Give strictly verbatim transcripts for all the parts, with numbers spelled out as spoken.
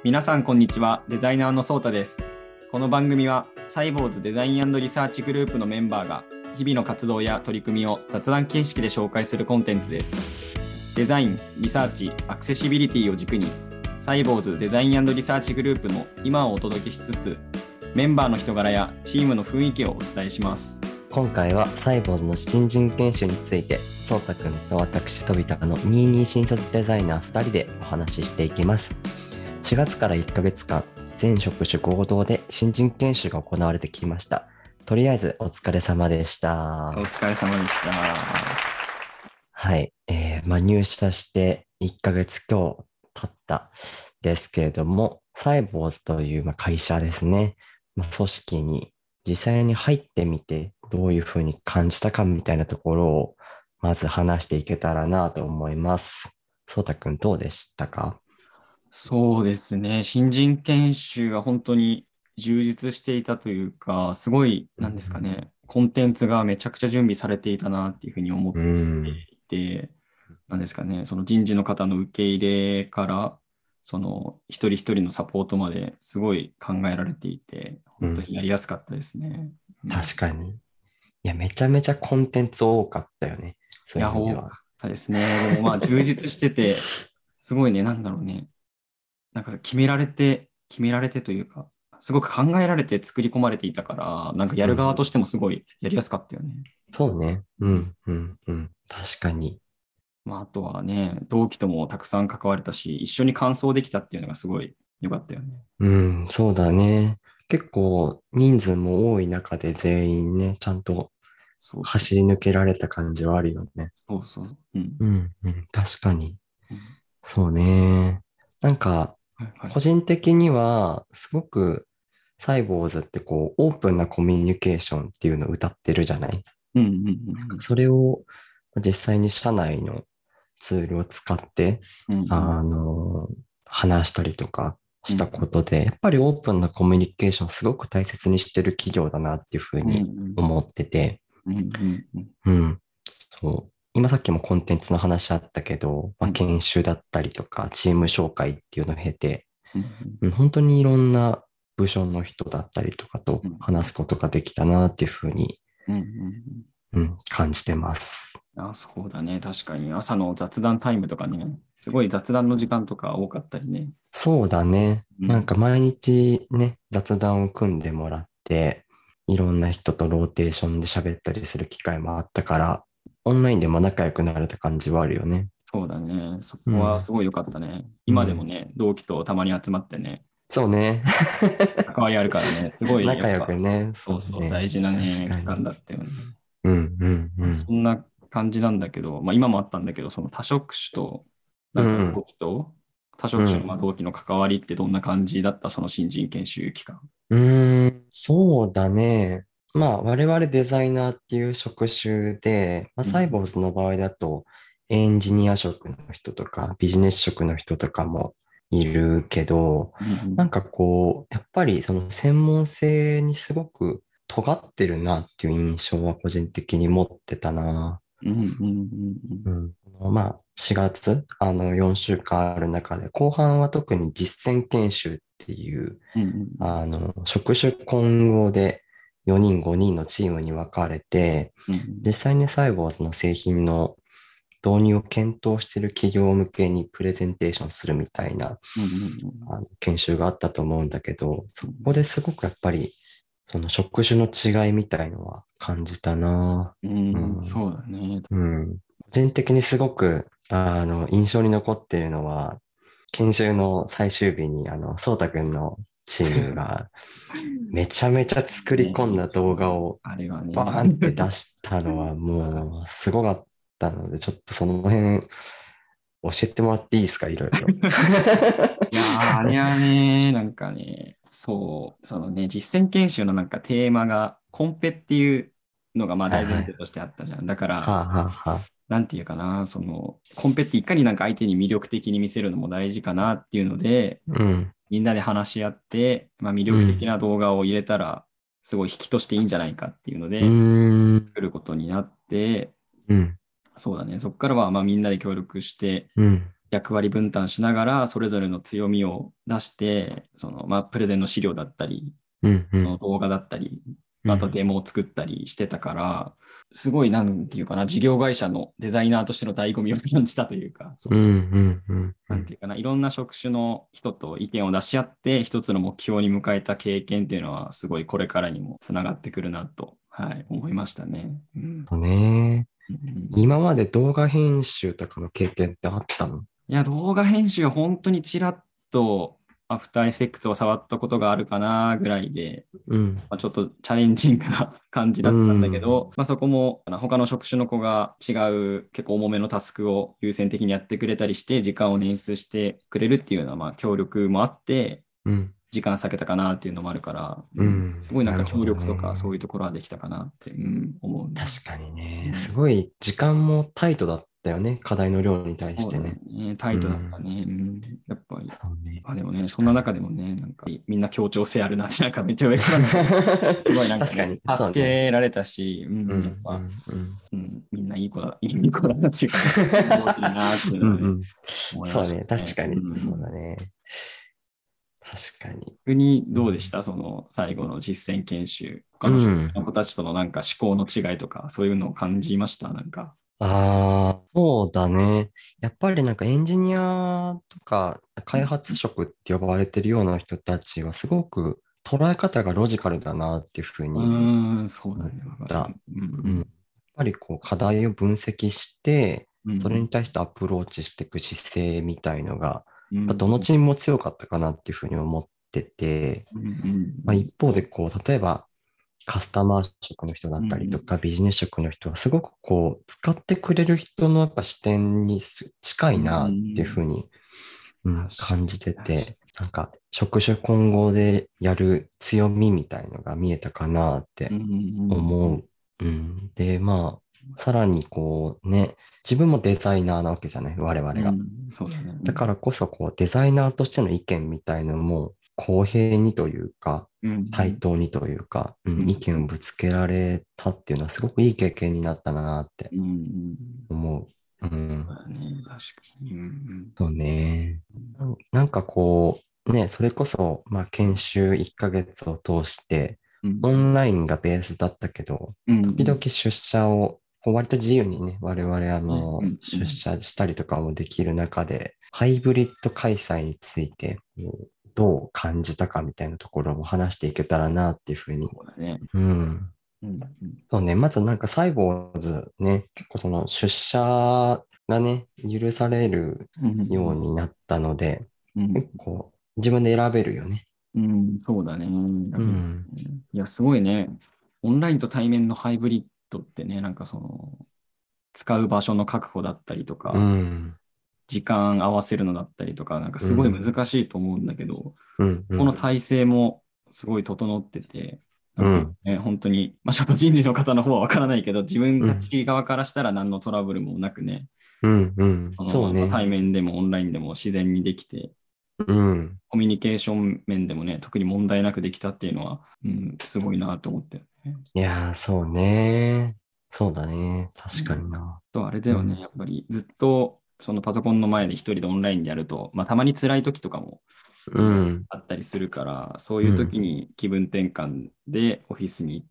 皆さんこんにちは。デザイナーのソータです。この番組はサイボーズデザイン&リサーチグループのメンバーが日々の活動や取り組みを雑談形式で紹介するコンテンツです。デザイン、リサーチ、アクセシビリティを軸にサイボーズデザイン&リサーチグループの今をお届けしつつ、メンバーの人柄やチームの雰囲気をお伝えします。 今回はサイボーズの新人研修について、ソータくんと私飛田のにじゅうに新卒デザイナーふたりでお話ししていきます。しがつからいっかげつかん、全職種合同で新人研修が行われてきました。とりあえずお疲れ様でした。 お疲れ様でした。 はい、えーまあ、入社していっかげつ今日経ったですけれども、サイボーズというまあ会社ですね、まあ、組織に実際に入ってみてどういうふうに感じたかみたいなところをまず話していけたらなと思います。そうたくんどうでしたか？ そうですね。新人研修が本当に充実していたというか、すごい、なんですかね、コンテンツがめちゃくちゃ準備されていたなっていうふうに思っうん。 ていて、なんですかね、その人事の方の受け入れから、その一人一人のサポートまですごい考えられていて、 うん。 本当にやりやすかったですね。うん、い確かに。いや、めちゃめちゃコンテンツ多かったよね。そういうや、 意味では。 多かったですね。でもまあ、充実してて、すごいね、なんだろうね。なんか決められて、決められてというか、すごく考えられて作り込まれていたから、なんかやうん。 る側としてもすごいやりやすかったよね。 そうね。うん、うん、うん。確かに。 まあ、あとはね、同期ともたくさん関われたし、一緒に完走できたっていうのがすごい良かったよね。 うん、そうだね。結構人数も多い中で全員ね、ちゃんとそうそう。 走り抜けられた感じはあるよね。 そうそう。うん。 うん、うん、確かに。 うん、 そうね。なんか、 はいはい。 個人的には、すごくサイボーズってこう、オープンなコミュニケーションっていうのを歌ってるじゃない。 うんうんうんそれを実際に社内のツールを使って、 うん。うんあの、話したりとかしたうんことで、やっぱりオープンなコミュニケーションすごく大切にしてる企業だなっていうふううんうにん思ってて、 うんうんうんうん。そう。今さっきもコンテンツの話あったけど、まあ、 うん研修だったりとか、チーム紹介っていうのを経て、 うんうん本当にいろんな部署の人だったりとかとうん話すことができたなっていうふうに、 うんうん。 うん、感じてます。 あ、そうだね。確かに朝の雑談タイムとかね、すごい雑談の時間とか多かったりね。 そうだね。 うん。 なんか毎日ね、雑談を組んでもらって、いろんな人とローテーションで喋ったりする機会もあったから、オンラインでも仲良くなれた感じはあるよね。 そうだね。そこはうん。 すごい良かったね。 うん。 今でもね、同期とたまに集まってね、 そうね。 関わりあるからね、すごいや仲良っぱ、 くね。そそうそう、 うね。 大事なね、 確かに。 期間だったよね。 うん、うん、うまあ、 ん。 そんな感じなんだけど、まあ今もあったんだけど、その多職種と、なんか同うん、 期と、多うん。 職種のまあ同期の関わりってどんな感じだった、その新人研修期間。 うーん、そうだね。まあ、我々デザイナーっていう職種で、まあ、サイボーうんズの場合だと、エンジニア職の人とか、ビジネス職の人とかもいるけど、 うんうんなんかこう、やっぱりその専門性にすごく尖ってるなっていう印象は個人的に持ってたな。 うんうんうんうん、まあ、しがつ、あの、よんしゅうかんある中で、後半は特に実践研修っていう、 うんうんあの、職種混合でよにん、ごにんのチームに分かれて、 うん実際にサイボーズの製品の導入を検討している企業向けにプレゼンテーションするみたいなうんうんあの研修があったと思うんだけど、そうんこですごくやっぱり、その職種の違いみたいのは感じたな。 うん、うん、 うん。 そうだね。 うん。個人的にすごく、あの、印象に残っているのは、研修の最終日に、あの、そうたくんのチームが、めちゃめちゃ作り込んね、 だ動画をあれはね。 バーンって出したのはもう、すごかったので、ちょっとその辺、教えてもらっていいですか、いろいろ。 いやー、あれはね、なんかね、そう、そのね、実践研修のなんかテーマが、コンペっていうのがまあ大前はいはい。 提としてあったじゃん。だから、 はあはあはあ。 なんていうかな、その、コンペっていかになんか相手に魅力的に見せるのも大事かなっていうので、 うん、 みんなで話し合って、まあ、魅力的うん、 な動画を入れたら、すごい引きとしていいんじゃないかっていうのうーで、 ん、 作ることになって、 うん、 そうだね、そこからはまあみんなで協力してうん。 役割分担しながら、それぞれの強みを出して、そのまあ、プレゼンの資料だったり、 うんうん。 動画だったり、あとうんデモを作ったりしてたから、すごい、なんていうかな、事業会社のデザイナーとしての醍醐味を感じたというか、そうんのうんうんうん。 なんていうかな、いろんな職種の人と意見を出し合って、一つの目標に向かえた経験っていうのは、すごいこれからにもつながってくるなと、はい、思いましたね。うん。 とね。 うん。 今まで動画編集とかの経験ってあったの？ いや、動画編集は本当にちらっとアフターエフェクツを触ったことがあるかなぐらいで、 うん。 まあ、ちょっとチャレンジングな感じうだったんだけん。 ど、まあ、そこもあの他の職種の子が違う結構重めのタスクを優先的にやってくれたりして、時間を捻出してくれるっていうようなまあ協力もあって、 うん。 時間割けたかなっていうのもあるから、うん、 うん。 すごいなんか協なるほど力とかそういうね。 ところはできたかなって、うん、思うな。 確かにね。すうん、 ごい時間もタイトだったよね。課題の量に対しそうだてね。 ね。タうイトだったん。 ね。うん、やっぱり。 そうね。 まあでもね、そんな確かに。 中でもね、なんかみんな協調性あるなって、なんかめっちゃ上からなんかね、すごいなんかね、 確かに。そ助うね。 けられたし、ううん、やっん。うぱ、 ん。うん。 うん、みんないい子だ、いい子だなっていうかね、すごいいいなっていうのはね、 うんうん。 思いまそうね。 したね。 確かに。 うん。 そうだね。確かに。 逆にうん。 どうでしたその最後の実践研修。他うの職ん。 の子たちとのなんか思考の違いとか、そういうのを感じましたなんか。 ああ、そうだね。やっぱりなんかエンジニアとか開発職って呼ばれてるような人たちはすごく捉え方がロジカルだなっていうふううにーん、そうだ思っね。わかる。 た。 うんううん。やっん。 ぱりこう課題を分析して、それうんに対してアプローチしていく姿勢みたいのが、やっうん。うぱどのんチームも強かったかなっていうふうに思ってて、 うんうんまあ、一方でこう、例えばカスタマー職の人だうん。 ったりうんとか、ビジネス職の人はすごくこう、使ってくれる人のやっぱ視点にす近うん。ういなっていうんふうに、う確ん、感じてかに。 て、なんか職種混合でやる強みみたいのが見えたかなってうんうんうん。 思う。うん。で、まあ、さらにこうね、自分もデザイナーなわけじゃない、我々が。 うん、そうだね。うんだからこそこう、デザイナーとしての意見みたいのも公平にというか、対うん等にというか、ううんん、意見をぶつけられたっていうのはすごくいい経験になったなってうんうん。 思う。うそうん。 だね。確かに。うんそうね。なんなんかこう、ね、それこそ、まあ、研修いっかげつを通して、オうんンラインがベースだったけど、 うん時々出社を、こう割と自由にね、我々あうんうの、 んうん。 出社したりとかもできる中で、ハイブリッド開催について、こうどう感じたかみたいなところも話していけたらなっていうふうに。 そうだね。 うん。 うんうんそうね、まずなんかサイボーズね、結構その出社がね、許されるうんようになったので、 うん結構自分で選べるよね。 うん、そうだね。楽だうん。 ねいや、すごいね。オンラインと対面のハイブリッドってね、なんかその、使う場所の確保だったりとうか、 ん。 時間合わせるのだったりとか、なんかうすごいん。 難しいと思うんだけど、 うん。うん。 この体制もすごい整ってて、なんていうかうん。 ね、本当に、まあ、ちょっと人事の方の方はわからないけど、自分たうん。 ち側からしたら何のトラブルもなくね、 うん。うん。 そのまあそうね。 対面でもオンラインでも自然にできて、 うん。 コミュニケーション面でもね、特に問題なくできたっていうのは、うん、すごいなと思ってるね。 いやー、そうね。そうだね。確かうんにな。 と、あれだよね、 うん。 やっぱりずっとそのパソコンの前で一人でオンラインでやると、まあ、たまに辛い時とかもうん。 あったりするから、そういう時うん。 に気分転換でオフィスに行って、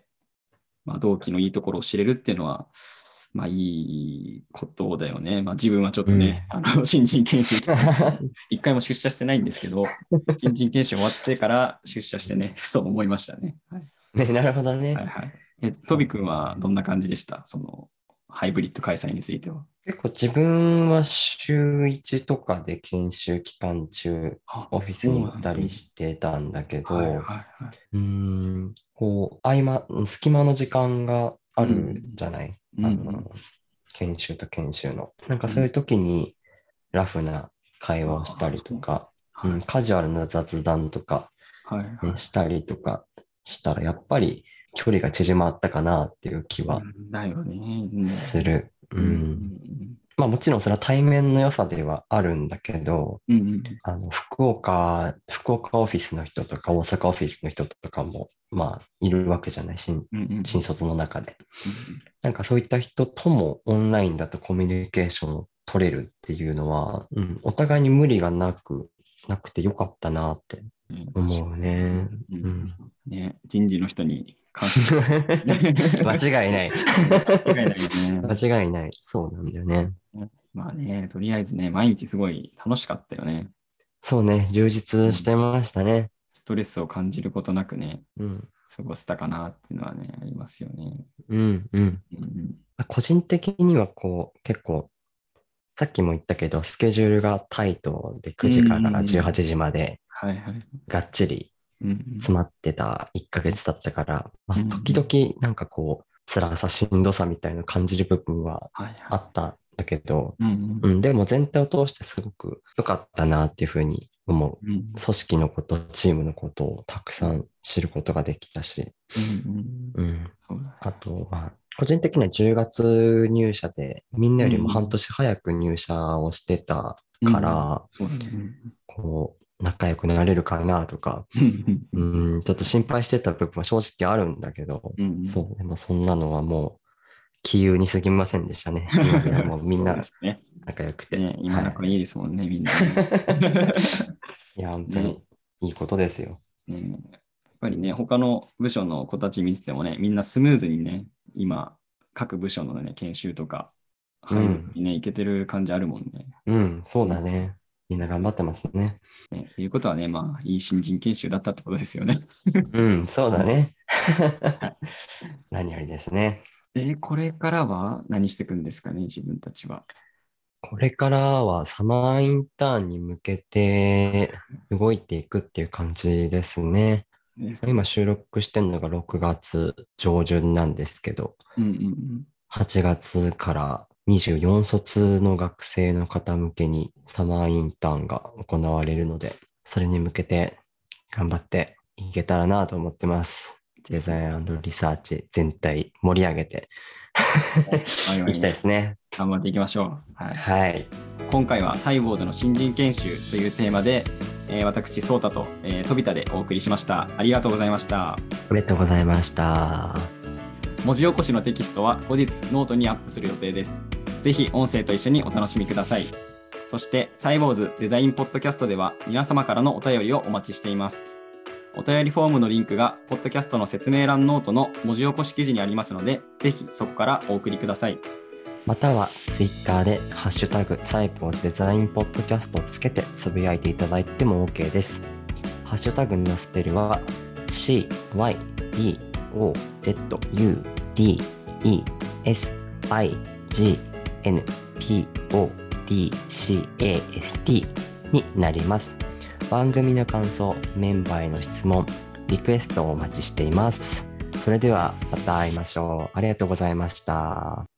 まあ、同期のいいところを知れるっていうのは、まあいいことだよね。まあ自分はちょっとね、 うん。 あの、新人研修期間中、一回も出社してないんですけど、新人研修終わってから出社してね、そう思いましたね。はい、 ね、なるほどね。 はいはい。え、トそうビ君はね。 どんな感じでしたその、ハイブリッド開催については。 結構自分は週いちとかで研修期間中、 あ、 オフィスに行っそうなんだ。 たりしてたんだけはいど、 はいはい。 うーん、こう、合間、隙間の時間があるうん。 じゃないうん。うあん。 の、研修と研修の。なんかうん。 そういう時にラフな会話をしたああ、そう。 りとか、うん、 はい。 カジュアルな雑談とか、 はいね、 はしたりとかしたら、やっぱり距離が縮まったかなっていう気い。うはんだよね。うん。 する。ううん。うん。 ん。 まあもちろんそれは対面の良さではあるんだけど、 うん。うんあの、福岡、福岡オフィスの人とか大阪オフィスの人とかも、まあ、いるわけじゃない、新、 うん。うん新卒の中で。 うんなんかそういった人ともオンラインだとコミュニケーションを取れるっていうのは、うん、お互いに無理がなく、なくてよかったなって思うね。 うんうんね、人事の人に感謝。 間違いない。 間違いないよね。 間違いない。そうなんだよね。 まあね、とりあえずね、毎日すごい楽しかったよね。 そうね、充実してましたね。 ストレスを感じることなくね、 うん、 過ごせたかなっていうのはね、ありますよね。 うん、うん。 うん個人的にはこう、結構、さっきも言ったけど、スケジュールがタイトでうんくじからうんじゅうはちじまではいはい。 がっちりうん詰まってたいっかげつだったから、まあ、 うん時々なんかこう、辛さ、しんどさみたいな感じる部分ははいあったんだけど、 うんうん、でも全体を通してすごく良かったなっていうふうに思う。 うん組織のこと、チームのことをたくさん知ることができたし、 うんうん。 そうだねあと、まあ、個人的にはじゅうがつ入社で、みんなよりもうん半年早く入社をしてたうんから、 そうだねこう、仲良くなれるかなとか、 うんうん、ちょっと心配してた部分は正直あるんだけど、 うんそう、でもそんなのはもう、杞憂に過ぎませんでしたね。今ではもうみんそうなですね。 仲良くて。 ね、今はい。 仲いいですもんね、みんなね。 いや、本当にいいことですよ。 ねやっぱりね、他の部署の子たち見ててもね、みんなスムーズにね、今、各部署のね、研修とか、配属にね、行けてる感じあるもんね。 うん、そうだね。みんな頑張ってますね。 ねということはね、まあ、いい新人研修だったってことですよね。 うん、そうだねはい。 何よりですね。 で、これからは何していくんですかね、自分たちは。 これからはサマーインターンに向けて動いていくっていう感じですね。 です今収録してるのがろくがつ上旬なんですけど、 うんうんはちがつからにじゅうよん卒の学生の方向けにサマーインターンが行われるので、それに向けて頑張っていけたらなと思ってます。デザイン&リサーチ全体盛り上げてうん。 いきたいですね。 頑張っていきましょう。はい。 はい。 今回はサイボーズの新人研修というテーマで、えー私、ソータと、えー、飛田でお送りしました。ありがとうございました。 ありがとうございました。 文字起こしのテキストは後日ノートにアップする予定です。ぜひ音声と一緒にお楽しみください。そしてサイボーズデザインポッドキャストでは皆様からのお便りをお待ちしています。お便りフォームのリンクがポッドキャストの説明欄ノートの文字起こし記事にありますので、ぜひそこからお送りください。 またはツイッターでハッシュタグサイボーズデザインポッドキャストをつけてつぶやいていただいても OK です。ハッシュタグのスペルは シーワイビーオーゼットユーディーイーエスアイジーエヌピーオーディーシーエーエスティー になります。番組の感想、メンバーへの質問、リクエストをお待ちしています。それではまた会いましょう。ありがとうございました。